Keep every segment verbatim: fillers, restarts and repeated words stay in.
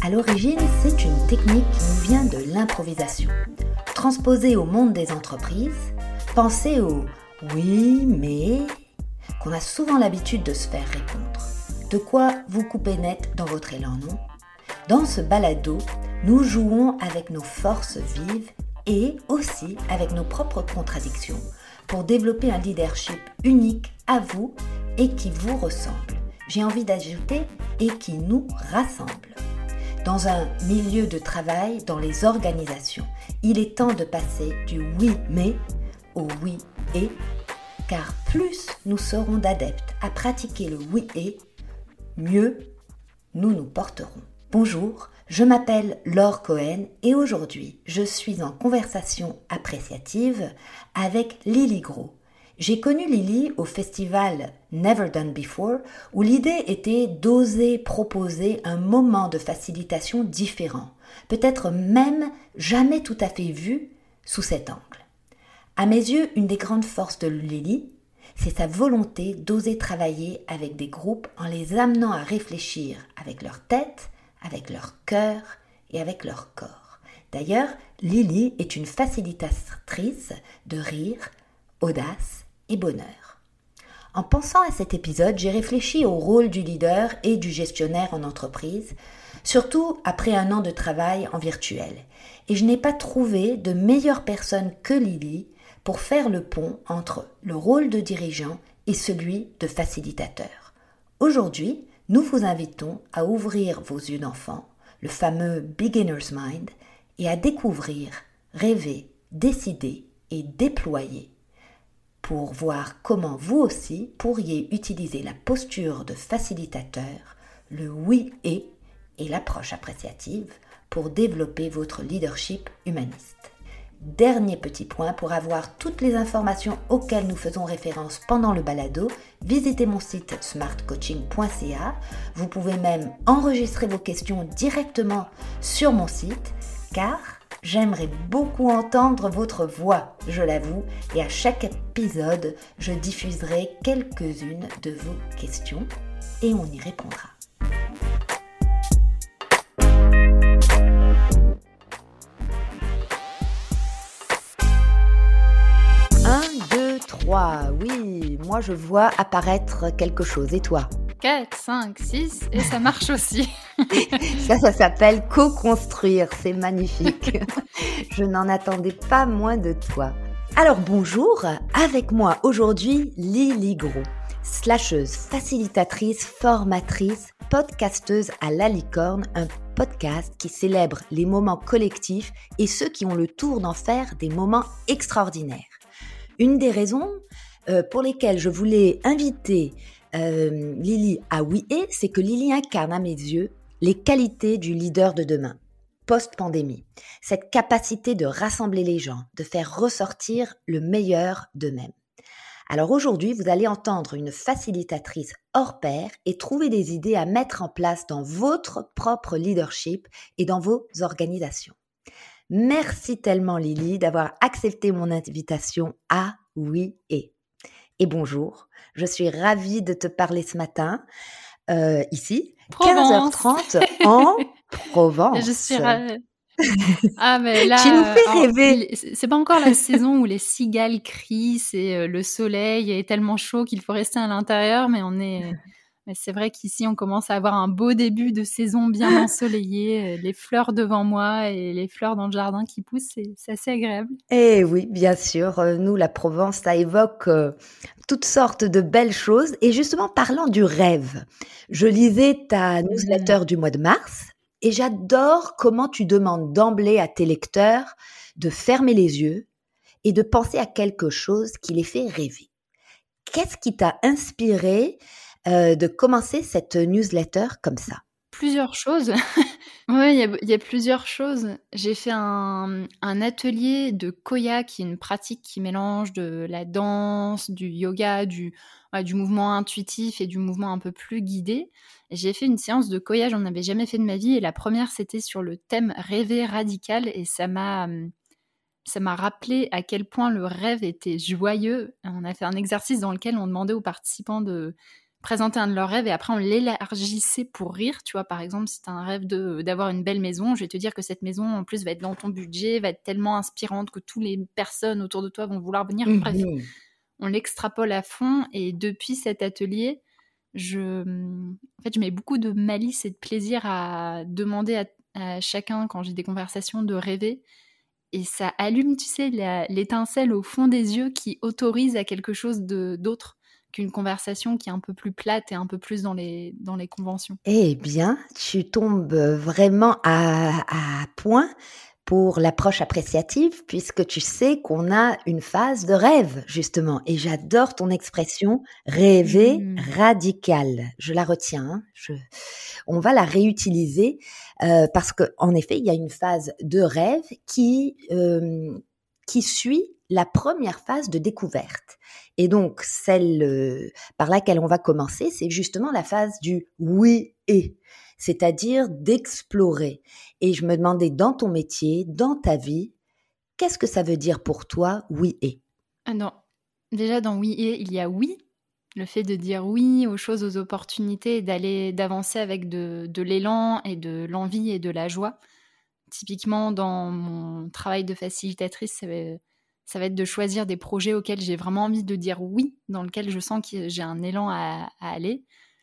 À l'origine, c'est une technique qui nous vient de l'improvisation. Transposée au monde des entreprises, pensez au « oui, mais » qu'on a souvent l'habitude de se faire répondre. De quoi vous couper net dans votre élan, non ? Dans ce balado, nous jouons avec nos forces vives et aussi avec nos propres contradictions pour développer un leadership unique à vous et qui vous ressemble. J'ai envie d'ajouter et qui nous rassemble. Dans un milieu de travail, dans les organisations, il est temps de passer du oui mais au oui et, car plus nous serons d'adeptes à pratiquer le oui et, mieux nous nous porterons. Bonjour, je m'appelle Laure Cohen et aujourd'hui je suis en conversation appréciative avec Lily Gros. J'ai connu Lily au festival Never Done Before où l'idée était d'oser proposer un moment de facilitation différent, peut-être même jamais tout à fait vu sous cet angle. À mes yeux, une des grandes forces de Lily, c'est sa volonté d'oser travailler avec des groupes en les amenant à réfléchir avec leur tête, avec leur cœur et avec leur corps. D'ailleurs, Lily est une facilitatrice de rire, audace et bonheur. En pensant à cet épisode, j'ai réfléchi au rôle du leader et du gestionnaire en entreprise, surtout après un an de travail en virtuel. Et je n'ai pas trouvé de meilleure personne que Lily pour faire le pont entre le rôle de dirigeant et celui de facilitateur. Aujourd'hui, nous vous invitons à ouvrir vos yeux d'enfant, le fameux Beginner's Mind, et à découvrir, rêver, décider et déployer pour voir comment vous aussi pourriez utiliser la posture de facilitateur, le oui et et l'approche appréciative pour développer votre leadership humaniste. Dernier petit point, pour avoir toutes les informations auxquelles nous faisons référence pendant le balado, visitez mon site smart coaching point c a. Vous pouvez même enregistrer vos questions directement sur mon site, car j'aimerais beaucoup entendre votre voix, je l'avoue, et à chaque épisode, je diffuserai quelques-unes de vos questions et on y répondra. trois, oui, moi je vois apparaître quelque chose, et toi ? quatre, cinq, six, et ça marche aussi. Ça, ça s'appelle co-construire, c'est magnifique. Je n'en attendais pas moins de toi. Alors bonjour, avec moi aujourd'hui Lily Gros, slasheuse, facilitatrice, formatrice, podcasteuse à La Licorne, un podcast qui célèbre les moments collectifs et ceux qui ont le tour d'en faire des moments extraordinaires. Une des raisons euh, pour lesquelles je voulais inviter euh, Lily à Oui et, c'est que Lily incarne à mes yeux les qualités du leader de demain, post-pandémie. Cette capacité de rassembler les gens, de faire ressortir le meilleur d'eux-mêmes. Alors aujourd'hui, vous allez entendre une facilitatrice hors pair et trouver des idées à mettre en place dans votre propre leadership et dans vos organisations. Merci tellement Lily d'avoir accepté mon invitation à Oui et. Et bonjour, je suis ravie de te parler ce matin, euh, ici, Provence. quinze heures trente en Provence. Je suis ravie. Ah mais là, tu nous fais alors, rêver. C'est pas encore la saison où les cigales crient, c'est le soleil est tellement chaud qu'il faut rester à l'intérieur, mais on est... Mais c'est vrai qu'ici, on commence à avoir un beau début de saison bien ensoleillé, les fleurs devant moi et les fleurs dans le jardin qui poussent, c'est, c'est assez agréable. Eh oui, bien sûr, nous, la Provence, ça évoque euh, toutes sortes de belles choses. Et justement, parlant du rêve, je lisais ta newsletter du mois de mars et j'adore comment tu demandes d'emblée à tes lecteurs de fermer les yeux et de penser à quelque chose qui les fait rêver. Qu'est-ce qui t'a inspiré Euh, de commencer cette newsletter comme ça? Plusieurs choses. Oui, il y a, y a plusieurs choses. J'ai fait un, un atelier de Koya, qui est une pratique qui mélange de la danse, du yoga, du, ouais, du mouvement intuitif et du mouvement un peu plus guidé. Et j'ai fait une séance de Koya, j'en avais jamais fait de ma vie. Et la première, c'était sur le thème rêver radical. Et ça m'a... Ça m'a rappelé à quel point le rêve était joyeux. On a fait un exercice dans lequel on demandait aux participants de, présenter un de leurs rêves et après on l'élargissait pour rire, tu vois. Par exemple, si tu as un rêve de, d'avoir une belle maison, je vais te dire que cette maison en plus va être dans ton budget, va être tellement inspirante que toutes les personnes autour de toi vont vouloir venir. Mmh Bref, mh. on l'extrapole à fond et depuis cet atelier, je, en fait, je mets beaucoup de malice et de plaisir à demander à, à chacun, quand j'ai des conversations, de rêver. Et ça allume, tu sais, la, l'étincelle au fond des yeux qui autorise à quelque chose de, d'autre qu'une conversation qui est un peu plus plate et un peu plus dans les, dans les conventions. Eh bien, tu tombes vraiment à à point pour l'approche appréciative puisque tu sais qu'on a une phase de rêve justement et j'adore ton expression «rêver Mmh. radical». Je la retiens, hein, je on va la réutiliser, heu, parce qu'en effet, il y a une phase de rêve qui, hem, qui suit la première phase de découverte et donc celle, heu, par laquelle on va commencer, c'est justement la phase du «oui et», c'est-à-dire d'explorer et je me demandais dans ton métier, dans ta vie, qu'est-ce que ça veut dire pour toi «oui et»? Ah non, déjà dans oui et, il y a oui, le fait de dire oui aux choses, aux opportunités et d'aller, d'avancer avec de, de l'élan et de l'envie et de la joie. Typiquement, dans mon travail de facilitatrice, ça va, ça va être de choisir des projets auxquels j'ai vraiment envie de dire oui, dans lesquels je sens que j'ai un élan à, à aller.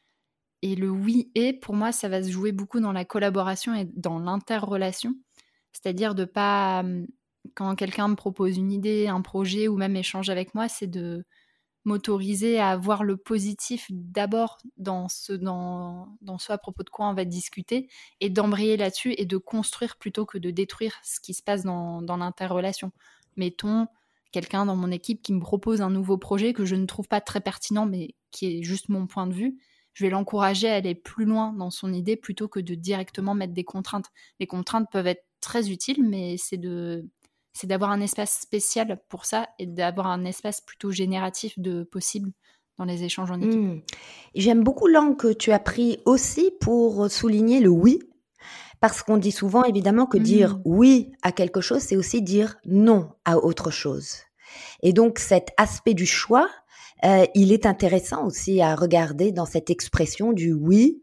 Et le oui et, pour moi, ça va se jouer beaucoup dans la collaboration et dans l'interrelation. C'est-à-dire de pas, quand quelqu'un me propose une idée, un projet ou même échange avec moi, c'est de m'autoriser à voir le positif d'abord dans ce, dans, dans ce à propos de quoi on va discuter et d'embrayer là-dessus et de construire plutôt que de détruire ce qui se passe dans, dans l'interrelation. Mettons quelqu'un dans mon équipe qui me propose un nouveau projet que je ne trouve pas très pertinent mais qui est juste mon point de vue. Je vais l'encourager à aller plus loin dans son idée plutôt que de directement mettre des contraintes. Les contraintes peuvent être très utiles, mais c'est de... c'est d'avoir un espace spécial pour ça et d'avoir un espace plutôt génératif de possible dans les échanges en équipe. Mmh. J'aime beaucoup l'angle que tu as pris aussi pour souligner le «oui», parce qu'on dit souvent évidemment que dire Mmh. «oui» à quelque chose, c'est aussi dire «non» à autre chose et donc cet aspect du choix, heu, il est intéressant aussi à regarder dans cette expression du «oui»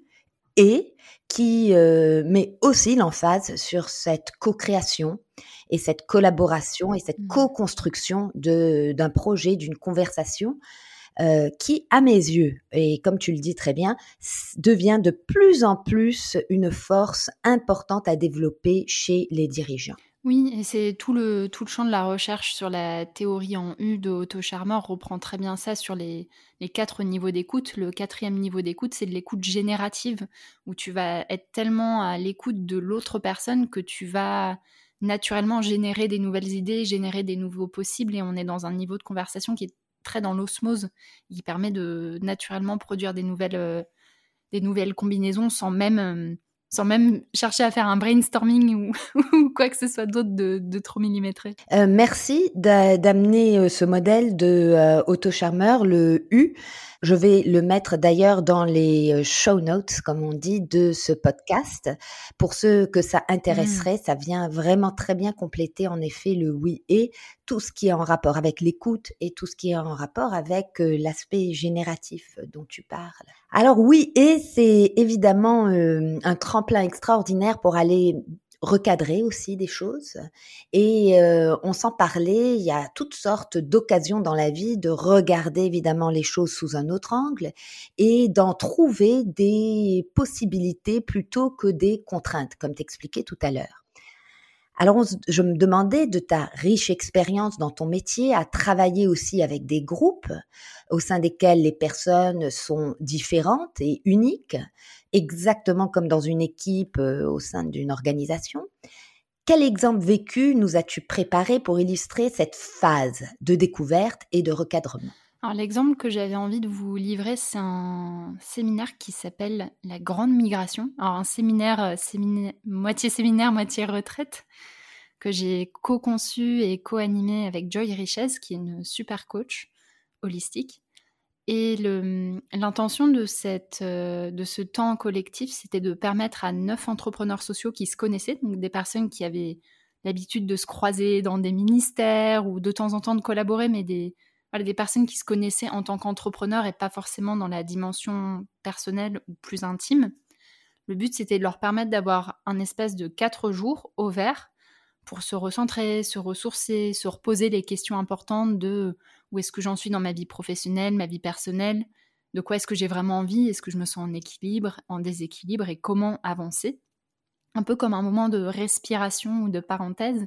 et qui, heu, met aussi l'emphase sur cette co-création et cette collaboration et cette Mmh. co-construction de d'un projet, d'une conversation, heu, qui, à mes yeux et comme tu le dis très bien, s devient de plus en plus une force importante à développer chez les dirigeants. Oui, et c'est tout le, tout le champ de la recherche sur la théorie en U de Otto Scharmer reprend très bien ça sur les, les quatre niveaux d'écoute. Le quatrième niveau d'écoute, c'est de l'écoute générative, où tu vas être tellement à l'écoute de l'autre personne que tu vas naturellement générer des nouvelles idées, générer des nouveaux possibles, et on est dans un niveau de conversation qui est très dans l'osmose, qui permet de naturellement produire des nouvelles, euh, des nouvelles combinaisons sans même... euh, sans même chercher à faire un brainstorming ou, ou quoi que ce soit d'autre de, de trop millimétré. Heu, merci d'a d'amener, heu, ce modèle de, heu, Otto Scharmer, le U. Je vais le mettre d'ailleurs dans les, heu, show notes, comme on dit, de ce podcast. Pour ceux que ça Mmh. intéresserait, ça vient vraiment très bien compléter en effet le oui et tout ce qui est en rapport avec l'écoute et tout ce qui est en rapport avec, heu, l'aspect génératif dont tu parles. Alors oui et c'est évidemment, hem, un tremplin extraordinaire pour aller recadrer aussi des choses et heu, on s'en parlait, il y a toutes sortes d'occasions dans la vie de regarder évidemment les choses sous un autre angle et d'en trouver des possibilités plutôt que des contraintes, comme t'expliquais tout à l'heure. Alors on se je me demandais de ta riche expérience dans ton métier à travailler aussi avec des groupes au sein desquels les personnes sont différentes et uniques, exactement comme dans une équipe, heu, au sein d'une organisation. Quel exemple vécu nous as-tu préparé pour illustrer cette phase de découverte et de recadrement? Alors l'exemple que j'avais envie de vous livrer, c'est un séminaire qui s'appelle La Grande Migration. Alors un séminaire, euh, séminaire moitié séminaire, moitié retraite, que j'ai co-conçu et co-animé avec Joy Richez, qui est une super coach holistique. Et le, l'intention de, cette, euh, de ce temps collectif, c'était de permettre à neuf entrepreneurs sociaux qui se connaissaient, donc des personnes qui avaient l'habitude de se croiser dans des ministères ou de temps en temps de collaborer, mais des voilà, des personnes qui se connaissaient en tant qu'entrepreneurs et pas forcément dans la dimension personnelle ou plus intime. Le but, c'était de leur permettre d'avoir un espace de quatre jours au vert pour se recentrer, se ressourcer, se reposer les questions importantes de où est-ce que j'en suis dans ma vie professionnelle, ma vie personnelle, de quoi est-ce que j'ai vraiment envie, est-ce que je me sens en équilibre, en déséquilibre et comment avancer. Un peu comme un moment de respiration ou de parenthèse.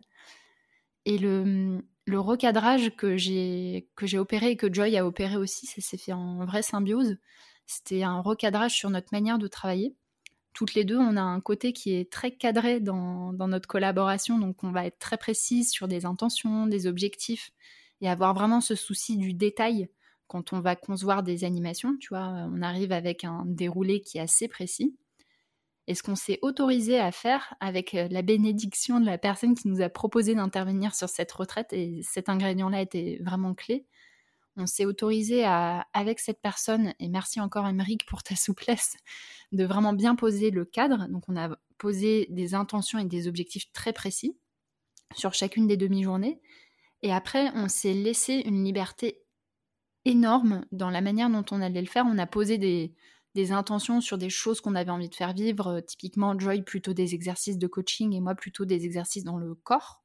Et le, le recadrage que j'ai, que j'ai opéré et que Joy a opéré aussi, ça s'est fait en vraie symbiose. C'était un recadrage sur notre manière de travailler. Toutes les deux, on a un côté qui est très cadré dans, dans notre collaboration, donc on va être très précise sur des intentions, des objectifs, et avoir vraiment ce souci du détail quand on va concevoir des animations. Tu vois, on arrive avec un déroulé qui est assez précis. Et ce qu'on s'est autorisé à faire avec la bénédiction de la personne qui nous a proposé d'intervenir sur cette retraite, et cet ingrédient-là était vraiment clé, on s'est autorisé à, avec cette personne, et merci encore Émeric pour ta souplesse, de vraiment bien poser le cadre. Donc on a posé des intentions et des objectifs très précis sur chacune des demi-journées. Et après, on s'est laissé une liberté énorme dans la manière dont on allait le faire. On a posé des, des intentions sur des choses qu'on avait envie de faire vivre. Typiquement, Joy plutôt des exercices de coaching et moi plutôt des exercices dans le corps.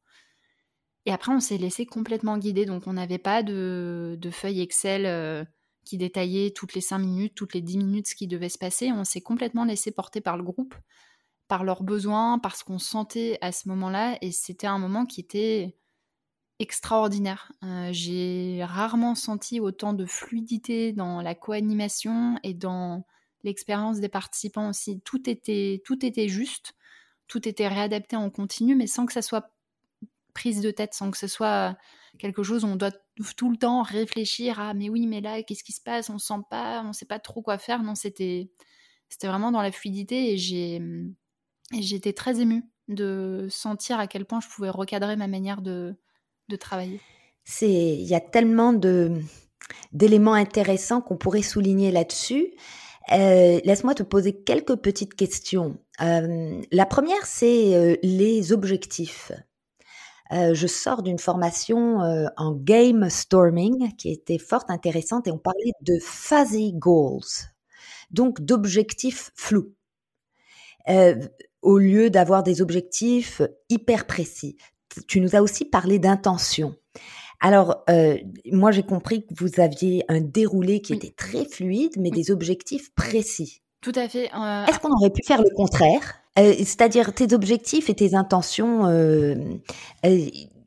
Et après, on s'est laissé complètement guider. Donc, on n'avait pas de, de feuille Excel euh, qui détaillait toutes les cinq minutes, toutes les dix minutes ce qui devait se passer. On s'est complètement laissé porter par le groupe, par leurs besoins, par ce qu'on sentait à ce moment-là. Et c'était un moment qui était extraordinaire. Euh, j'ai rarement senti autant de fluidité dans la co-animation et dans l'expérience des participants aussi. Tout était, tout était juste, tout était réadapté en continu, mais sans que ça soit prise de tête, sans que ce soit quelque chose où on doit tout le temps réfléchir à mais oui, mais là, qu'est-ce qui se passe, on sent pas, on sait pas trop quoi faire. Non, c'était, c'était vraiment dans la fluidité, et j'ai, et j'étais très émue de sentir à quel point je pouvais recadrer ma manière de, de travailler. C'est, il y a tellement de, d'éléments intéressants qu'on pourrait souligner là-dessus. Euh, laisse-moi te poser quelques petites questions. Euh, la première, c'est euh, les objectifs. Euh, je sors d'une formation euh, en game storming qui était fort intéressante, et on parlait de fuzzy goals, donc d'objectifs flous, euh, au lieu d'avoir des objectifs hyper précis. Tu nous as aussi parlé d'intention. Alors, euh, moi j'ai compris que vous aviez un déroulé qui Oui. était très fluide, mais Oui. des objectifs précis. Tout à fait. Euh, Est-ce qu'on aurait pu faire le contraire ? Euh, c'est-à-dire tes objectifs et tes intentions, euh, euh,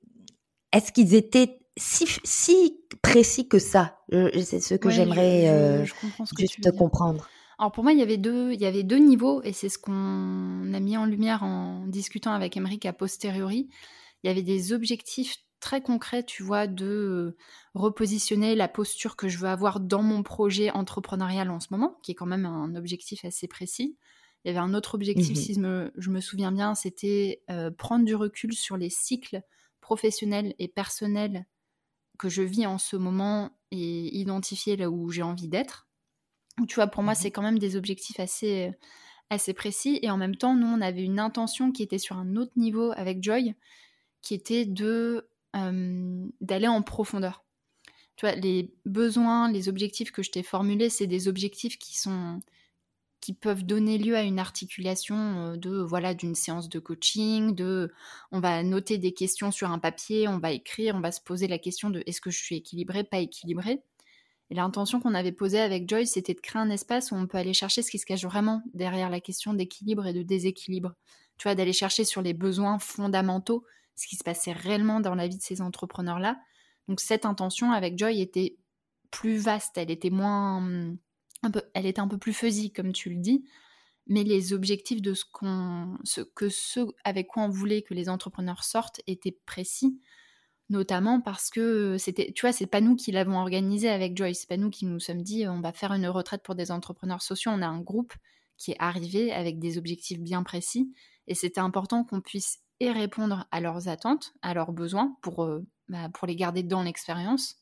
est-ce qu'ils étaient si, si précis que ça ? euh, C'est ce que ouais, j'aimerais je, je, euh, je comprends ce que juste tu veux dire. comprendre. Alors pour moi, il y avait deux, il y avait deux niveaux, et c'est ce qu'on a mis en lumière en discutant avec Émeric a posteriori. Il y avait des objectifs très concrets, tu vois, de repositionner la posture que je veux avoir dans mon projet entrepreneurial en ce moment, qui est quand même un objectif assez précis. Il y avait un autre objectif, Mhm. si je me, je me souviens bien, c'était euh, prendre du recul sur les cycles professionnels et personnels que je vis en ce moment et identifier là où j'ai envie d'être. Tu vois, pour moi, c'est quand même des objectifs assez, assez précis. Et en même temps, nous, on avait une intention qui était sur un autre niveau avec Joy, qui était de, euh, d'aller en profondeur. Tu vois, les besoins, les objectifs que je t'ai formulés, c'est des objectifs qui sont qui peuvent donner lieu à une articulation de voilà d'une séance de coaching, de on va noter des questions sur un papier, on va écrire, on va se poser la question de est-ce que je suis équilibrée, pas équilibrée. Et l'intention qu'on avait posée avec Joy, c'était de créer un espace où on peut aller chercher ce qui se cache vraiment derrière la question d'équilibre et de déséquilibre. Tu vois, d'aller chercher sur les besoins fondamentaux, ce qui se passait réellement dans la vie de ces entrepreneurs-là. Donc cette intention avec Joy était plus vaste, elle était moins, un peu, elle était un peu plus fuzzy, comme tu le dis. Mais les objectifs de ce qu'on, ce que ce avec quoi on voulait que les entrepreneurs sortent étaient précis. Notamment parce que c'était, tu vois, c'est pas nous qui l'avons organisé avec Joy, c'est pas nous qui nous sommes dit on va faire une retraite pour des entrepreneurs sociaux. On a un groupe qui est arrivé avec des objectifs bien précis, et c'était important qu'on puisse et répondre à leurs attentes, à leurs besoins pour, euh, bah, pour les garder dans l'expérience.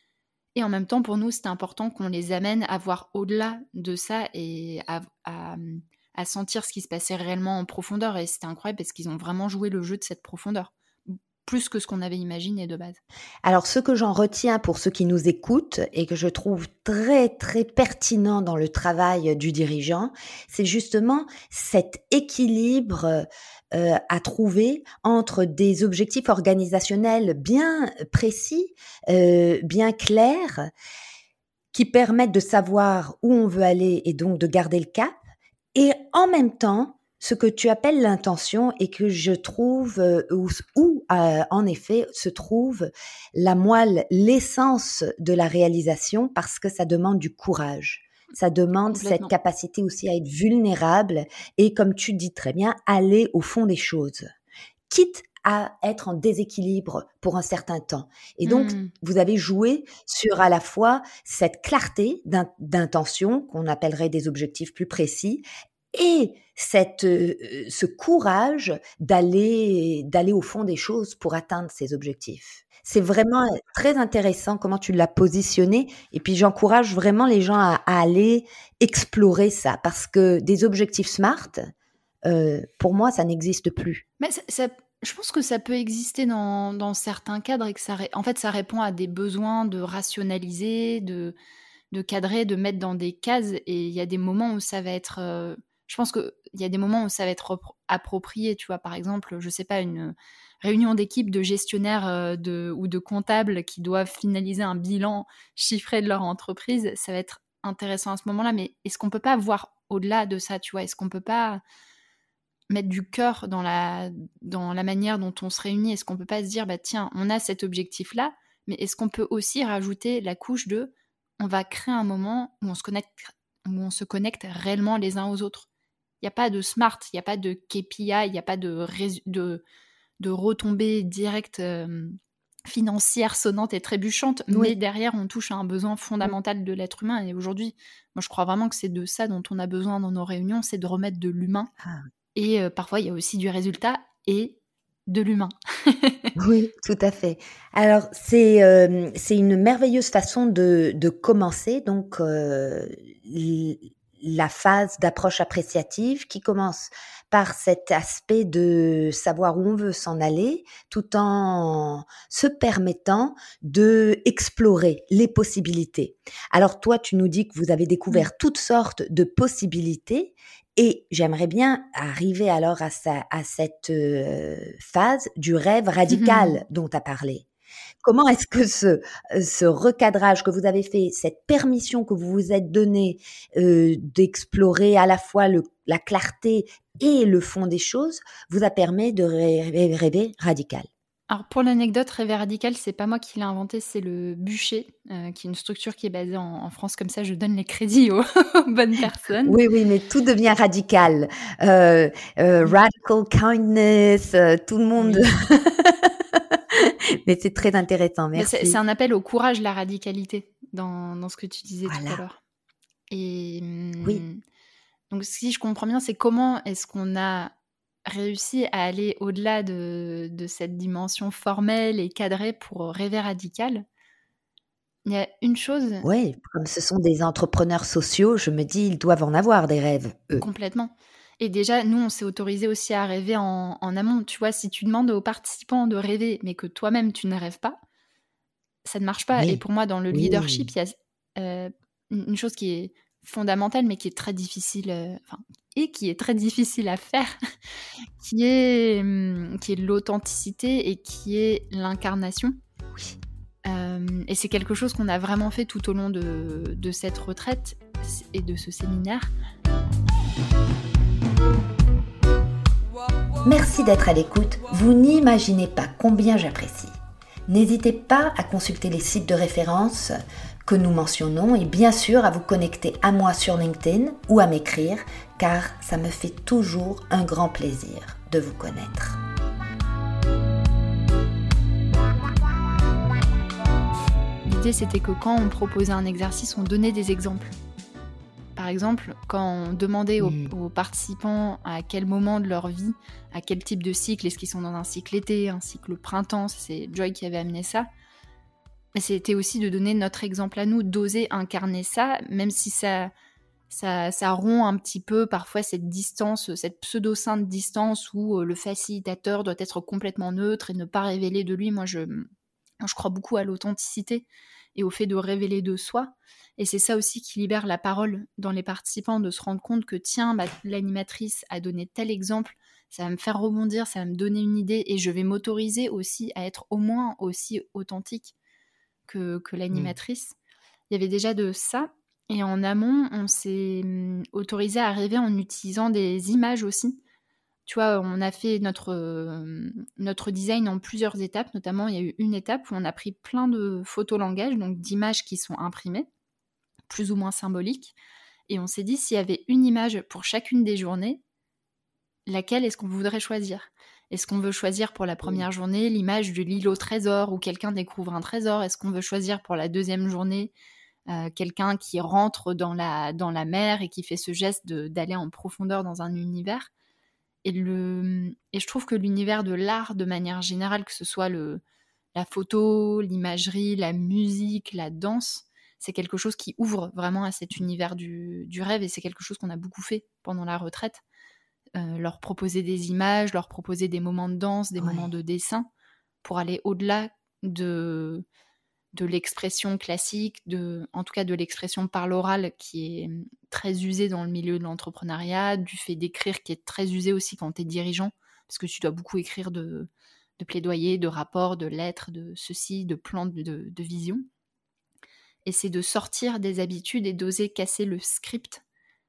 Et en même temps, pour nous, c'était important qu'on les amène à voir au-delà de ça et à, à, à sentir ce qui se passait réellement en profondeur. Et c'était incroyable parce qu'ils ont vraiment joué le jeu de cette profondeur. plus que ce qu'on avait imaginé de base. Alors, ce que j'en retiens pour ceux qui nous écoutent et que je trouve très, très pertinent dans le travail du dirigeant, c'est justement cet équilibre euh, à trouver entre des objectifs organisationnels bien précis, euh, bien clairs, qui permettent de savoir où on veut aller et donc de garder le cap, et en même temps, ce que tu appelles l'intention et que je trouve euh, où, où euh, en effet se trouve la moelle, l'essence de la réalisation, parce que ça demande du courage. Ça demande cette Complètement. capacité aussi à être vulnérable et, comme tu dis très bien, aller au fond des choses, quitte à être en déséquilibre pour un certain temps. Et donc, Mmh. vous avez joué sur à la fois cette clarté d'in- d'intention, qu'on appellerait des objectifs plus précis, et cette, euh, ce courage d'aller, d'aller au fond des choses pour atteindre ces objectifs. C'est vraiment très intéressant comment tu l'as positionné. Et puis, j'encourage vraiment les gens à, à aller explorer ça, parce que des objectifs SMART, euh, pour moi, ça n'existe plus. Mais ça, ça- je pense que ça peut exister dans, dans certains cadres et que ça, ré- en fait, ça répond à des besoins de rationaliser, de, de cadrer, de mettre dans des cases. Et il y a des moments où ça va être. euh, je pense qu'il y a des moments où ça va être repro- approprié. Tu vois, par exemple, je sais pas, une réunion d'équipe de gestionnaires euh, de, ou de comptables qui doivent finaliser un bilan chiffré de leur entreprise. Ça va être intéressant à ce moment-là. Mais est-ce qu'on peut pas voir au-delà de ça, tu vois? Est-ce qu'on peut pas mettre du cœur dans la, dans la manière dont on se réunit? Est-ce qu'on peut pas se dire, bah tiens, on a cet objectif-là, mais est-ce qu'on peut aussi rajouter la couche de, on va créer un moment où on se connecte, où on se connecte réellement les uns aux autres. Il n'y a pas de smart, il n'y a pas de K P I, il n'y a pas de, résu- de, de retombées directes euh, financières sonnantes et trébuchantes, Oui. mais derrière, on touche à un besoin fondamental de l'être humain. Et aujourd'hui, moi, je crois vraiment que c'est de ça dont on a besoin dans nos réunions, c'est de remettre de l'humain. Ah. Et euh, parfois, il y a aussi du résultat et de l'humain. Oui, tout à fait. Alors, c'est euh, c'est une merveilleuse façon de, de commencer donc euh, l- la phase d'approche appréciative, qui commence par cet aspect de savoir où on veut s'en aller, tout en se permettant de explorer les possibilités. Alors toi, tu nous dis que vous avez découvert toutes sortes de possibilités. Et j'aimerais bien arriver alors à, sa, à cette euh, phase du rêve radical dont tu as parlé. Comment est-ce que ce, ce recadrage que vous avez fait, cette permission que vous vous êtes donnée euh, d'explorer à la fois le, la clarté et le fond des choses, vous a permis de rêver, rêver radical? Alors pour l'anecdote, Rêver Radical, c'est pas moi qui l'ai inventé, c'est le Bûcher, euh, qui est une structure qui est basée en, en France. Comme ça, je donne les crédits aux, aux bonnes personnes. Oui, oui, mais tout devient radical. Euh, euh, radical kindness, euh, tout le monde. Oui. Mais c'est très intéressant, Mais c'est, merci. c'est un appel au courage, la radicalité, dans, dans ce que tu disais tout à Voilà, l'heure. Et hum, oui. donc, si je comprends bien, c'est comment est-ce qu'on a réussi à aller au-delà de, de cette dimension formelle et cadrée pour rêver radical. Il y a une chose Oui, comme ce sont des entrepreneurs sociaux, je me dis, ils doivent en avoir des rêves, eux. complètement. Et déjà, nous, on s'est autorisé aussi à rêver en, en amont. Tu vois, si tu demandes aux participants de rêver, mais que toi-même, tu ne rêves pas, ça ne marche pas. Et Oui, pour moi, dans le leadership, oui, il y a euh, une chose qui est fondamentale, mais qui est très difficile, euh, enfin, et qui est très difficile à faire, qui est, hum, qui est l'authenticité et qui est l'incarnation. oui. Euh, et c'est quelque chose qu'on a vraiment fait tout au long de, de cette retraite et de ce séminaire. Merci d'être à l'écoute. Vous n'imaginez pas combien j'apprécie. N'hésitez pas à consulter les sites de référence que nous mentionnons et bien sûr à vous connecter à moi sur LinkedIn ou à m'écrire, car ça me fait toujours un grand plaisir de vous connaître. L'idée, c'était que quand on proposait un exercice, on donnait des exemples. Par exemple, quand on demandait aux, Mmh. aux participants à quel moment de leur vie, à quel type de cycle, est-ce qu'ils sont dans un cycle été, un cycle printemps, c'est Joy qui avait amené ça. Mais c'était aussi de donner notre exemple à nous, d'oser incarner ça, même si ça, Ça, ça rompt un petit peu parfois cette distance, cette pseudo-sainte distance où euh, le facilitateur doit être complètement neutre et ne pas révéler de lui. Moi, je, je crois beaucoup à l'authenticité et au fait de révéler de soi. Et c'est ça aussi qui libère la parole dans les participants, de se rendre compte que tiens, bah, l'animatrice a donné tel exemple, ça va me faire rebondir, ça va me donner une idée et je vais m'autoriser aussi à être au moins aussi authentique que, que l'animatrice. Mmh. Il y avait déjà de ça. Et en amont, on s'est hum, autorisé à rêver en utilisant des images aussi. Tu vois, on a fait notre, euh, notre design en plusieurs étapes. Notamment, il y a eu une étape où on a pris plein de photolangages, donc d'images qui sont imprimées, plus ou moins symboliques. Et on s'est dit, s'il y avait une image pour chacune des journées, laquelle est-ce qu'on voudrait choisir ? Est-ce qu'on veut choisir pour la première journée l'image de l'île au trésor où quelqu'un découvre un trésor ? Est-ce qu'on veut choisir pour la deuxième journée euh, quelqu'un qui rentre dans la, dans la mer et qui fait ce geste de, d'aller en profondeur dans un univers ? Et, le, et je trouve que l'univers de l'art, de manière générale, que ce soit le, la photo, l'imagerie, la musique, la danse, c'est quelque chose qui ouvre vraiment à cet univers du, du rêve et c'est quelque chose qu'on a beaucoup fait pendant la retraite. Euh, leur proposer des images, leur proposer des moments de danse, des ouais. moments de dessin, pour aller au-delà de, de l'expression classique, de, en tout cas de l'expression par l'oral qui est très usée dans le milieu de l'entrepreneuriat, du fait d'écrire qui est très usé aussi quand tu es dirigeant, parce que tu dois beaucoup écrire de, de plaidoyer, de rapports, de lettres, de ceci, de plans de, de, de vision. Et c'est de sortir des habitudes et d'oser casser le script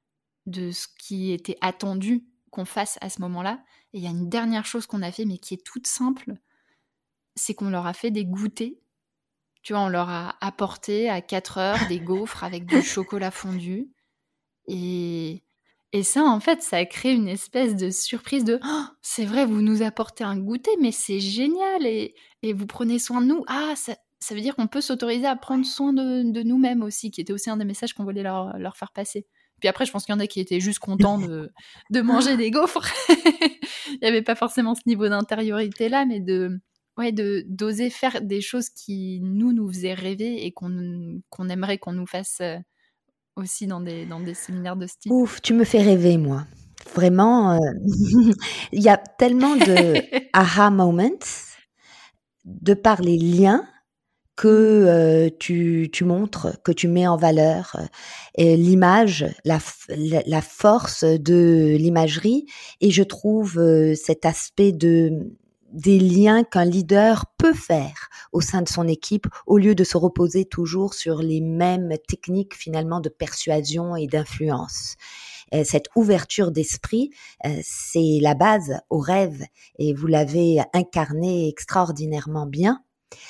de ce qui était attendu qu'on fasse à ce moment-là. Et il y a une dernière chose qu'on a fait, mais qui est toute simple, c'est qu'on leur a fait des goûters. Tu vois, on leur a apporté à quatre heures des gaufres avec du chocolat fondu. Et, et ça, en fait, ça a créé une espèce de surprise de oh, « c'est vrai, vous nous apportez un goûter, mais c'est génial et, et vous prenez soin de nous. » Ah, ça, ça veut dire qu'on peut s'autoriser à prendre soin de, de nous-mêmes aussi, qui était aussi un des messages qu'on voulait leur, leur faire passer. Puis après, je pense qu'il y en a qui étaient juste contents de, de manger des gaufres. Il n'y avait pas forcément ce niveau d'intériorité-là, mais de, ouais, de, d'oser faire des choses qui, nous, nous faisaient rêver et qu'on, qu'on aimerait qu'on nous fasse aussi dans des, dans des séminaires de ce type. Ouf, tu me fais rêver, moi. Vraiment, euh, il y a tellement de aha moments de par les liens que euh, tu, tu montres, que tu mets en valeur, euh, et l'image, la, la force de l'imagerie, et je trouve euh, cet aspect de des liens qu'un leader peut faire au sein de son équipe, au lieu de se reposer toujours sur les mêmes techniques finalement de persuasion et d'influence. Euh, cette ouverture d'esprit, euh, c'est la base au rêve, et vous l'avez incarné extraordinairement bien.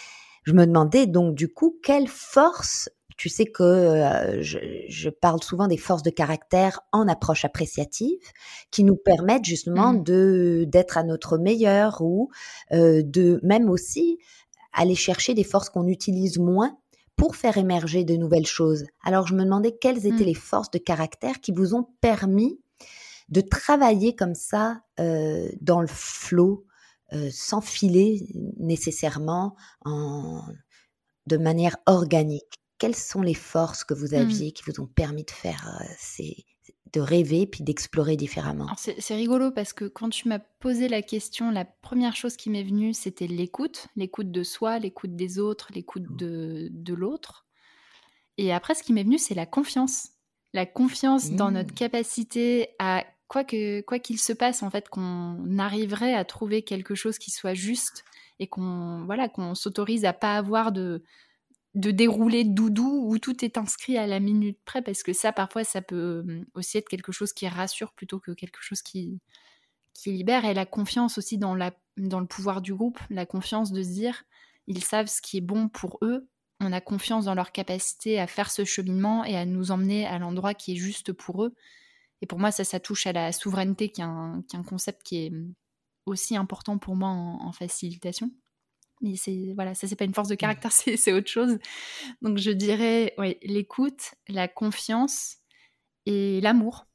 Je me demandais donc du coup quelle force, tu sais que euh, je, je parle souvent des forces de caractère en approche appréciative qui nous permettent justement mmh. de d'être à notre meilleur ou euh, de même aussi aller chercher des forces qu'on utilise moins pour faire émerger de nouvelles choses. Alors je me demandais quelles étaient mmh. les forces de caractère qui vous ont permis de travailler comme ça euh, dans le flow, Euh, sans filer nécessairement en, de manière organique. Quelles sont les forces que vous aviez mmh. qui vous ont permis de faire, euh, ces, de rêver puis d'explorer différemment? Alors c'est, c'est rigolo parce que quand tu m'as posé la question, la première chose qui m'est venue, c'était l'écoute, l'écoute de soi, l'écoute des autres, l'écoute de, de l'autre. Et après, ce qui m'est venu, c'est la confiance. La confiance mmh. dans notre capacité à Quoi, que, quoi qu'il se passe, en fait, qu'on arriverait à trouver quelque chose qui soit juste et qu'on, voilà, qu'on s'autorise à pas avoir de, de déroulé doudou où tout est inscrit à la minute près, parce que ça, parfois, ça peut aussi être quelque chose qui rassure plutôt que quelque chose qui, qui libère. Et la confiance aussi dans, la, dans le pouvoir du groupe, la confiance de se dire, ils savent ce qui est bon pour eux, on a confiance dans leur capacité à faire ce cheminement et à nous emmener à l'endroit qui est juste pour eux. Et pour moi, ça, ça touche à la souveraineté, qui est un, qui est un concept qui est aussi important pour moi en, en facilitation. Mais c'est, voilà, ça, c'est pas une force de caractère, c'est, c'est autre chose. Donc, je dirais ouais, l'écoute, la confiance et l'amour.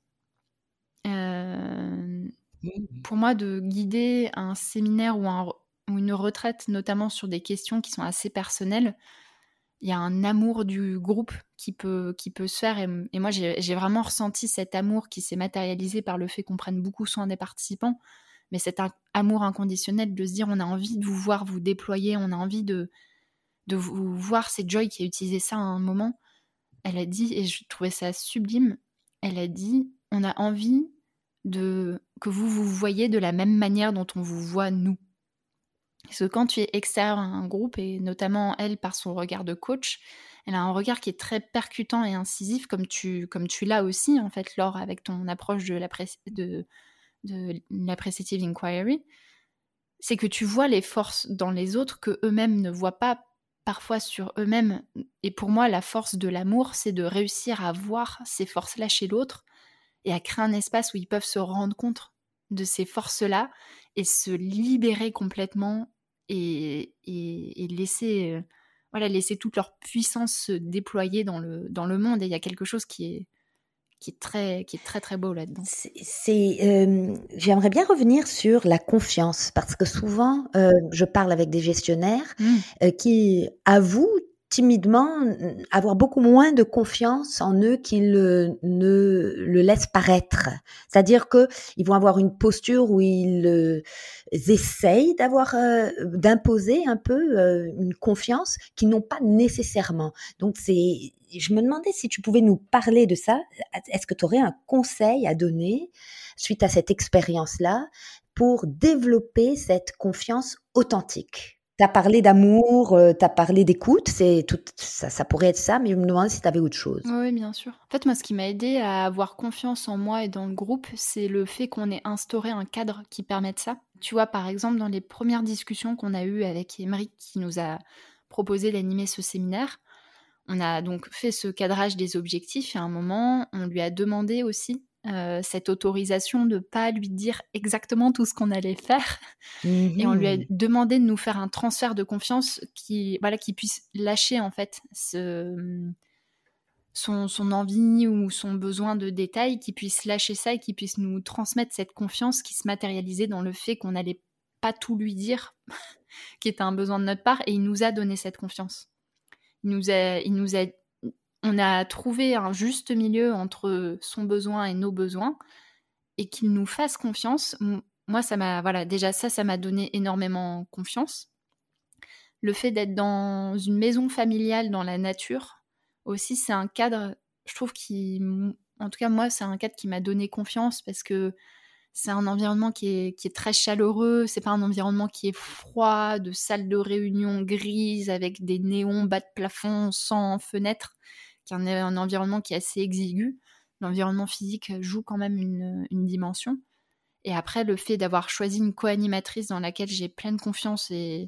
Euh, pour moi, de guider un séminaire ou, un, ou une retraite, notamment sur des questions qui sont assez personnelles, il y a un amour du groupe qui peut, qui peut se faire. Et, et moi, j'ai, j'ai vraiment ressenti cet amour qui s'est matérialisé par le fait qu'on prenne beaucoup soin des participants. Mais cet un, amour inconditionnel de se dire on a envie de vous voir vous déployer, on a envie de, de vous voir. C'est Joy qui a utilisé ça à un moment. Elle a dit, et je trouvais ça sublime, elle a dit on a envie de, que vous vous voyez de la même manière dont on vous voit nous. Parce que quand tu es extérieur à un groupe, et notamment elle par son regard de coach, elle a un regard qui est très percutant et incisif, comme tu, comme tu l'as aussi, en fait, Laure, avec ton approche de, l'appré- de, de l'appreciative inquiry. C'est que tu vois les forces dans les autres que eux-mêmes ne voient pas parfois sur eux-mêmes. Et pour moi, la force de l'amour, c'est de réussir à voir ces forces-là chez l'autre et à créer un espace où ils peuvent se rendre compte de ces forces-là et se libérer complètement et, et, et laisser, euh, voilà, laisser toute leur puissance se déployer dans le, dans le monde. Et il y a quelque chose qui est, qui est, très, qui est très très beau là-dedans. C'est, c'est, euh, j'aimerais bien revenir sur la confiance, parce que souvent, euh, je parle avec des gestionnaires Mmh. euh, qui avouent timidement euh, avoir beaucoup moins de confiance en eux qu'ils euh, ne le laissent paraître. C'est-à-dire que ils vont avoir une posture où ils euh, essayent d'avoir, euh, d'imposer un peu euh, une confiance qu'ils n'ont pas nécessairement. Donc c'est, je me demandais si tu pouvais nous parler de ça. Est-ce que tu aurais un conseil à donner suite à cette expérience-là pour développer cette confiance authentique? Tu as parlé d'amour, euh, tu as parlé d'écoute, c'est tout, ça, ça pourrait être ça, mais je me demandais si tu avais autre chose. Oui, bien sûr. En fait, moi, ce qui m'a aidé à avoir confiance en moi et dans le groupe, c'est le fait qu'on ait instauré un cadre qui permette ça. Tu vois, par exemple, dans les premières discussions qu'on a eues avec Émeric, qui nous a proposé d'animer ce séminaire, on a donc fait ce cadrage des objectifs et à un moment, on lui a demandé aussi euh, cette autorisation de ne pas lui dire exactement tout ce qu'on allait faire. Mm-hmm. Et on lui a demandé de nous faire un transfert de confiance qui, voilà, qui puisse lâcher en fait ce, son, son envie ou son besoin de détail, qui puisse lâcher ça et qui puisse nous transmettre cette confiance qui se matérialisait dans le fait qu'on n'allait pas tout lui dire, qui était un besoin de notre part, et il nous a donné cette confiance. Il nous a, il nous a, on a trouvé un juste milieu entre son besoin et nos besoins, et qu'il nous fasse confiance. Moi, ça m'a, voilà, déjà ça, ça m'a donné énormément confiance. Le fait d'être dans une maison familiale, dans la nature, aussi, c'est un cadre, je trouve, qui, en tout cas, moi, c'est un cadre qui m'a donné confiance parce que c'est un environnement qui est, qui est très chaleureux, c'est pas un environnement qui est froid, de salle de réunion grise avec des néons bas de plafond sans fenêtre, qui est un, un environnement qui est assez exigu. L'environnement physique joue quand même une, une dimension. Et après, le fait d'avoir choisi une co-animatrice dans laquelle j'ai pleine confiance et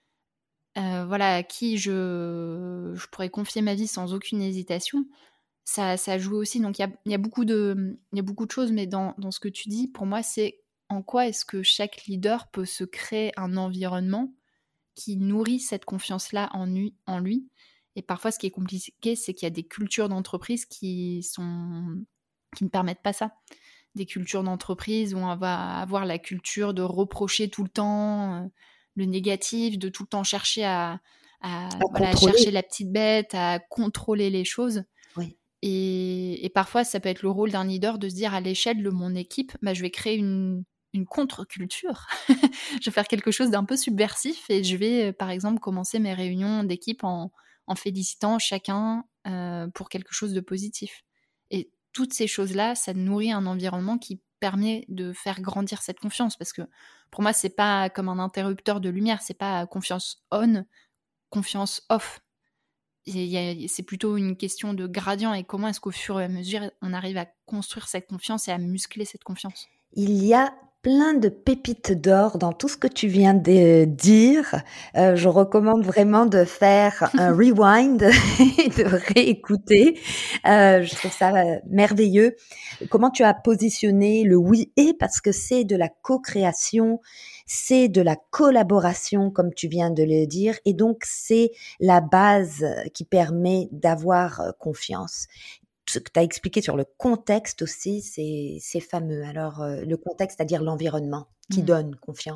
euh, voilà, à qui je, je pourrais confier ma vie sans aucune hésitation, ça, ça joue aussi. Donc il y a, y a beaucoup de, y a beaucoup de choses, mais dans, dans ce que tu dis, pour moi, c'est en quoi est-ce que chaque leader peut se créer un environnement qui nourrit cette confiance-là en lui, en lui. Et parfois, ce qui est compliqué, c'est qu'il y a des cultures d'entreprise qui sont, qui ne permettent pas ça. Des cultures d'entreprise où on va avoir la culture de reprocher tout le temps euh, le négatif, de tout le temps chercher à, à, À voilà, à chercher la petite bête, à contrôler les choses. Oui. Et, et parfois, ça peut être le rôle d'un leader de se dire à l'échelle de mon équipe, bah, je vais créer une, une contre-culture. Je vais faire quelque chose d'un peu subversif et je vais, par exemple, commencer mes réunions d'équipe en, en félicitant chacun euh, pour quelque chose de positif. Et toutes ces choses-là, ça nourrit un environnement qui permet de faire grandir cette confiance. Parce que pour moi, c'est pas comme un interrupteur de lumière, c'est pas confiance on, confiance off. Et y a, c'est plutôt une question de gradient et comment est-ce qu'au fur et à mesure, on arrive à construire cette confiance et à muscler cette confiance. Il y a plein de pépites d'or dans tout ce que tu viens de dire. Euh, je recommande vraiment de faire un rewind et de réécouter. Euh, je trouve ça euh, merveilleux. Comment tu as positionné le oui et, parce que c'est de la co-création, c'est de la collaboration, comme tu viens de le dire, et donc c'est la base qui permet d'avoir confiance. Ce que tu as expliqué sur le contexte aussi, c'est, c'est fameux. Alors, euh, le contexte, c'est-à-dire l'environnement qui mmh. donne confiance.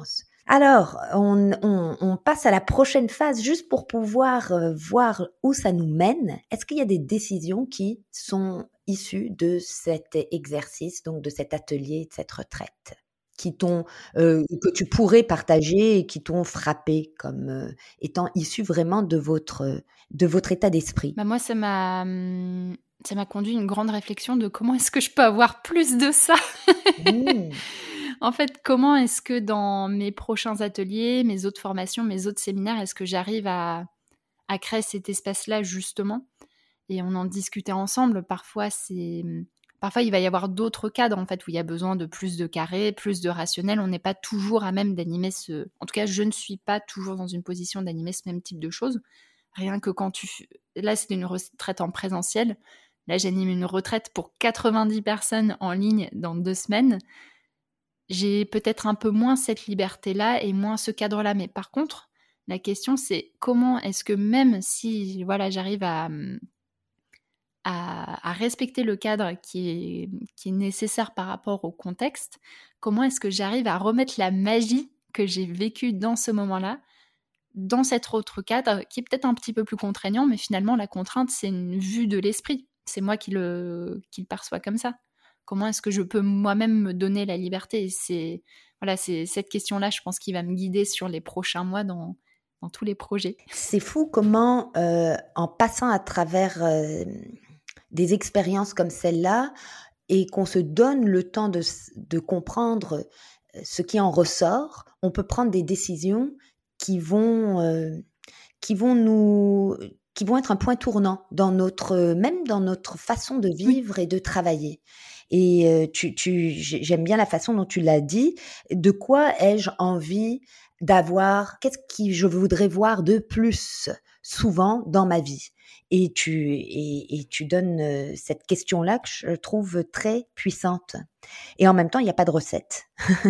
Alors, on, on, on passe à la prochaine phase juste pour pouvoir euh, voir où ça nous mène. Est-ce qu'il y a des décisions qui sont issues de cet exercice, donc de cet atelier, de cette retraite, qui t'ont, euh, que tu pourrais partager et qui t'ont frappé comme euh, étant issues vraiment de votre, de votre état d'esprit? Bah moi, ça m'a, hum, ça m'a conduit à une grande réflexion de comment est-ce que je peux avoir plus de ça. Mmh. En fait, comment est-ce que dans mes prochains ateliers, mes autres formations, mes autres séminaires, est-ce que j'arrive à, à créer cet espace-là justement? Et on en discutait ensemble. Parfois, c'est, parfois il va y avoir d'autres cadres en fait où il y a besoin de plus de carré, plus de rationnel. On n'est pas toujours à même d'animer ce. En tout cas, je ne suis pas toujours dans une position d'animer ce même type de choses. Rien que quand tu. Là, c'était une retraite en présentiel. Là, j'anime une retraite pour quatre-vingt-dix personnes en ligne dans deux semaines. J'ai peut-être un peu moins cette liberté-là et moins ce cadre-là. Mais par contre, la question, c'est comment est-ce que même si voilà, j'arrive à, à, à respecter le cadre qui est, qui est nécessaire par rapport au contexte, comment est-ce que j'arrive à remettre la magie que j'ai vécue dans ce moment-là dans cet autre cadre qui est peut-être un petit peu plus contraignant, mais finalement, la contrainte, c'est une vue de l'esprit. C'est moi qui le, qui le perçois comme ça. Comment est-ce que je peux moi-même me donner la liberté? Et c'est, voilà, c'est cette question-là, je pense, qui va me guider sur les prochains mois dans, dans tous les projets. C'est fou comment, euh, en passant à travers euh, des expériences comme celle-là, et qu'on se donne le temps de, de comprendre ce qui en ressort, on peut prendre des décisions qui vont, euh, qui vont nous, qui vont être un point tournant dans notre, même dans notre façon de vivre oui. et de travailler. Et euh, tu, tu, j'aime bien la façon dont tu l'as dit. De quoi ai-je envie d'avoir? Qu'est-ce que je voudrais voir de plus souvent dans ma vie? Et tu, et, et tu donnes cette question-là que je trouve très puissante. Et en même temps, il n'y a pas de recette.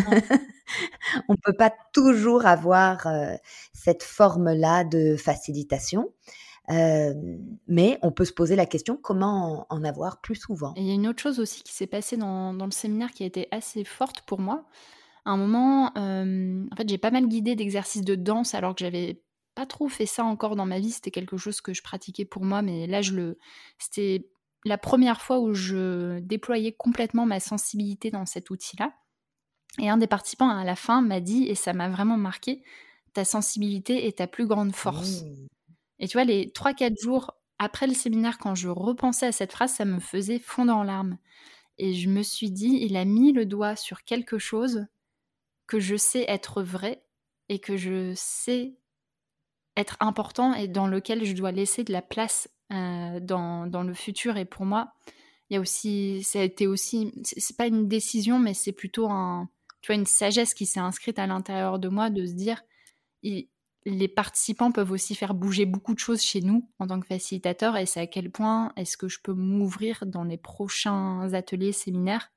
On ne peut pas toujours avoir euh, cette forme-là de facilitation. Euh, mais on peut se poser la question comment en, en avoir plus souvent. Et il y a une autre chose aussi qui s'est passée dans, dans le séminaire qui a été assez forte pour moi. À un moment, euh, en fait, j'ai pas mal guidé d'exercices de danse alors que j'avais pas trop fait ça encore dans ma vie. C'était quelque chose que je pratiquais pour moi, mais là, je le, c'était la première fois où je déployais complètement ma sensibilité dans cet outil-là. Et un des participants à la fin m'a dit, et ça m'a vraiment marqué, ta sensibilité est ta plus grande force. Mmh. Et tu vois, les trois quatre jours après le séminaire, quand je repensais à cette phrase, ça me faisait fondre en larmes. Et je me suis dit, il a mis le doigt sur quelque chose que je sais être vrai et que je sais être important et dans lequel je dois laisser de la place euh, dans, dans le futur. Et pour moi, il y a aussi, ça a été aussi, c'est, c'est pas une décision, mais c'est plutôt un, tu vois, une sagesse qui s'est inscrite à l'intérieur de moi de se dire, il, les participants peuvent aussi faire bouger beaucoup de choses chez nous en tant que facilitateur, et c'est à quel point est-ce que je peux m'ouvrir dans les prochains ateliers, séminaires,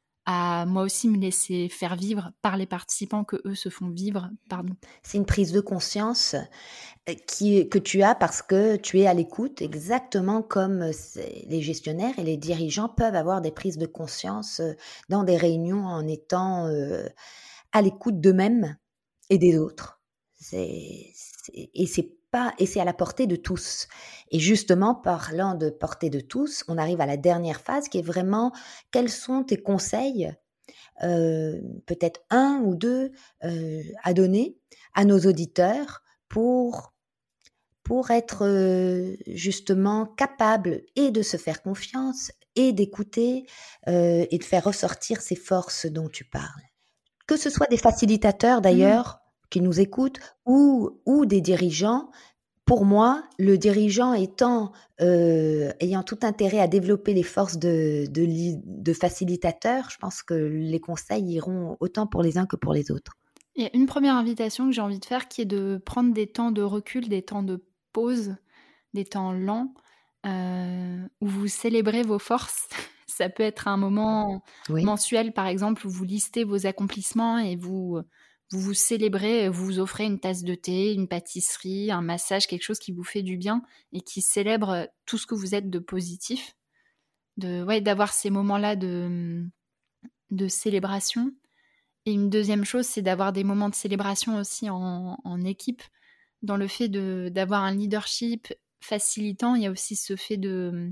à moi aussi me laisser faire vivre par les participants que eux se font vivre par nous. C'est une prise de conscience qui, que tu as parce que tu es à l'écoute, exactement comme les gestionnaires et les dirigeants peuvent avoir des prises de conscience dans des réunions en étant à l'écoute d'eux-mêmes et des autres. C'est, c'est, et c'est pas, et c'est à la portée de tous. Et justement, parlant de portée de tous, on arrive à la dernière phase qui est vraiment quels sont tes conseils, euh, peut-être un ou deux, euh, à donner à nos auditeurs pour, pour être euh, justement capables et de se faire confiance et d'écouter euh, et de faire ressortir ces forces dont tu parles. Que ce soit des facilitateurs d'ailleurs, mmh. qui nous écoutent ou, ou des dirigeants. Pour moi, le dirigeant étant, euh, ayant tout intérêt à développer les forces de, de, de facilitateur, je pense que les conseils iront autant pour les uns que pour les autres. Il y a une première invitation que j'ai envie de faire qui est de prendre des temps de recul, des temps de pause, des temps lents, euh, où vous célébrez vos forces. Ça peut être un moment oui. mensuel, par exemple, où vous listez vos accomplissements et vous... Vous vous célébrez, vous vous offrez une tasse de thé, une pâtisserie, un massage, quelque chose qui vous fait du bien et qui célèbre tout ce que vous êtes de positif. De, ouais, d'avoir ces moments-là de, de célébration. Et une deuxième chose, c'est d'avoir des moments de célébration aussi en, en équipe. Dans le fait de, d'avoir un leadership facilitant, il y a aussi ce fait de,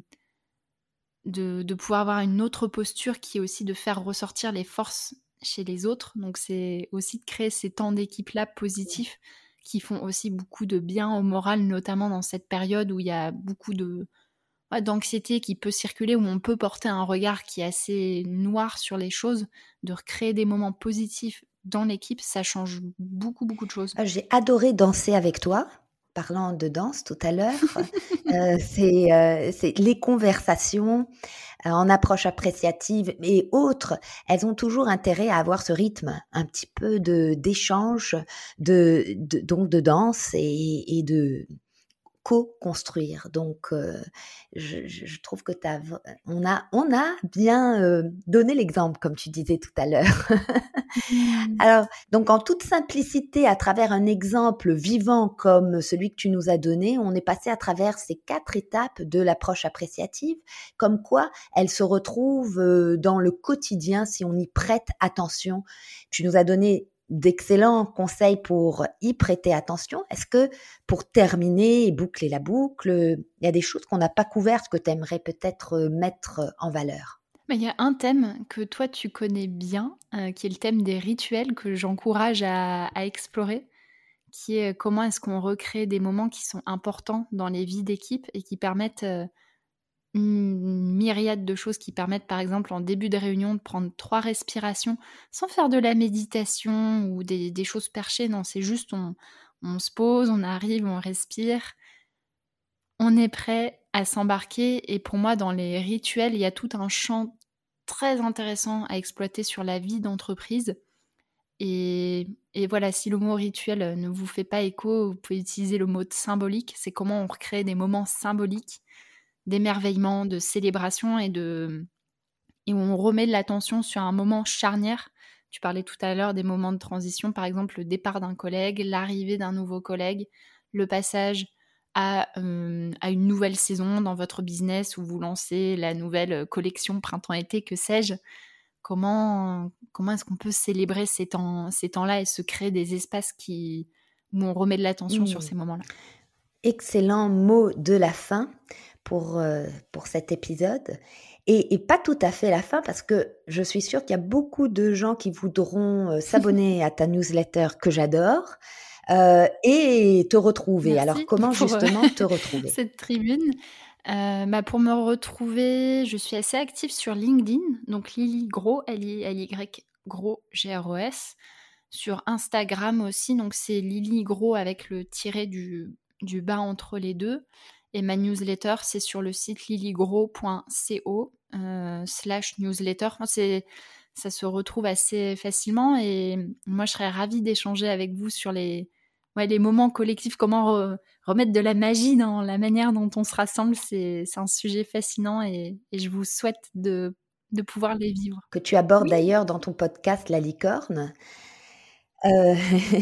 de, de pouvoir avoir une autre posture qui est aussi de faire ressortir les forces chez les autres. Donc c'est aussi de créer ces temps d'équipe-là positifs qui font aussi beaucoup de bien au moral, notamment dans cette période où il y a beaucoup de, ouais, d'anxiété qui peut circuler, où on peut porter un regard qui est assez noir sur les choses. De recréer des moments positifs dans l'équipe, ça change beaucoup, beaucoup de choses. Ah, j'ai adoré danser avec toi, parlant de danse tout à l'heure. euh, c'est, euh, c'est les conversations euh, en approche appréciative et autres, elles ont toujours intérêt à avoir ce rythme, un petit peu de, d'échange, de, de, donc de danse et, et de co-construire. Donc, euh, je, je trouve que t'as, on a, on a bien euh, donné l'exemple, comme tu disais tout à l'heure. Mmh. Alors, donc en toute simplicité, à travers un exemple vivant comme celui que tu nous as donné, on est passé à travers ces quatre étapes de l'approche appréciative, comme quoi elle se retrouve dans le quotidien si on y prête attention. Tu nous as donné d'excellents conseils pour y prêter attention. Est-ce que, pour terminer et boucler la boucle, il y a des choses qu'on n'a pas couvertes que tu aimerais peut-être mettre en valeur ? Il y a un thème que toi tu connais bien, euh, qui est le thème des rituels, que j'encourage à, à explorer, qui est comment est-ce qu'on recrée des moments qui sont importants dans les vies d'équipe et qui permettent euh, une myriade de choses, qui permettent par exemple en début de réunion de prendre trois respirations sans faire de la méditation ou des, des choses perchées. Non, c'est juste on, on se pose, on arrive, on respire, on est prêt à s'embarquer. Et pour moi, dans les rituels, il y a tout un champ très intéressant à exploiter sur la vie d'entreprise. Et, et voilà, si le mot rituel ne vous fait pas écho, vous pouvez utiliser le mot symbolique. C'est comment on recrée des moments symboliques d'émerveillement, de célébration et, de, et où on remet de l'attention sur un moment charnière. Tu parlais tout à l'heure des moments de transition, par exemple le départ d'un collègue, l'arrivée d'un nouveau collègue, le passage à, euh, à une nouvelle saison dans votre business où vous lancez la nouvelle collection printemps-été, que sais-je. Comment, comment est-ce qu'on peut célébrer ces, temps, ces temps-là et se créer des espaces qui, où on remet de l'attention mmh. sur ces moments-là. Excellent mot de la fin pour, euh, pour cet épisode. Et, et pas tout à fait la fin, parce que je suis sûre qu'il y a beaucoup de gens qui voudront euh, s'abonner à ta newsletter que j'adore euh, et te retrouver. Merci Alors, comment pour, justement euh, te retrouver ? cette tribune. Euh, bah pour me retrouver, je suis assez active sur LinkedIn, donc Lily Gros, L I L Y Gros, G R O S. Sur Instagram aussi, donc c'est Lily Gros avec le tiret du, du bas entre les deux. Et ma newsletter, c'est sur le site lilygros point co euh, slash newsletter. Enfin, c'est, ça se retrouve assez facilement et moi, je serais ravie d'échanger avec vous sur les, ouais, les moments collectifs, comment re, remettre de la magie dans la manière dont on se rassemble. C'est, c'est un sujet fascinant et, et je vous souhaite de, de pouvoir les vivre. Que tu abordes oui. d'ailleurs dans ton podcast La Licorne. Euh,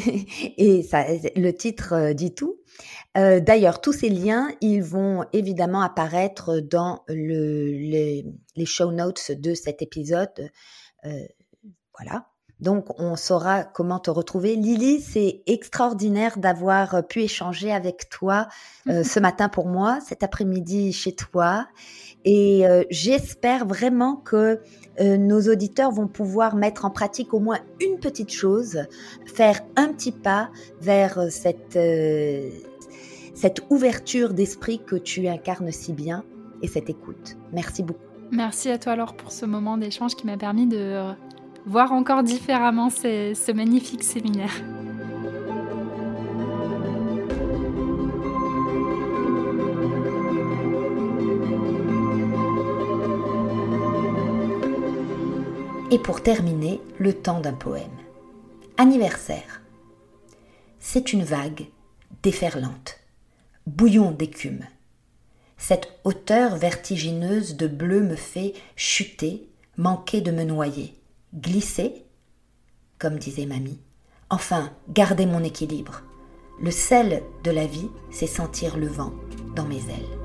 et ça, le titre euh, dit tout. Euh, d'ailleurs, tous ces liens, ils vont évidemment apparaître dans le, les, les show notes de cet épisode. Euh, voilà. Donc, on saura comment te retrouver. Lily, c'est extraordinaire d'avoir pu échanger avec toi euh, ce matin pour moi, cet après-midi chez toi. Et euh, j'espère vraiment que euh, nos auditeurs vont pouvoir mettre en pratique au moins une petite chose, faire un petit pas vers cette, euh, cette ouverture d'esprit que tu incarnes si bien et cette écoute. Merci beaucoup. Merci à toi Laure pour ce moment d'échange qui m'a permis de voir encore différemment ces, ce magnifique séminaire. Et pour terminer, le temps d'un poème. Anniversaire. C'est une vague déferlante, bouillon d'écume. Cette hauteur vertigineuse de bleu me fait chuter, manquer de me noyer, glisser, comme disait mamie. Enfin, garder mon équilibre. Le sel de la vie, c'est sentir le vent dans mes ailes.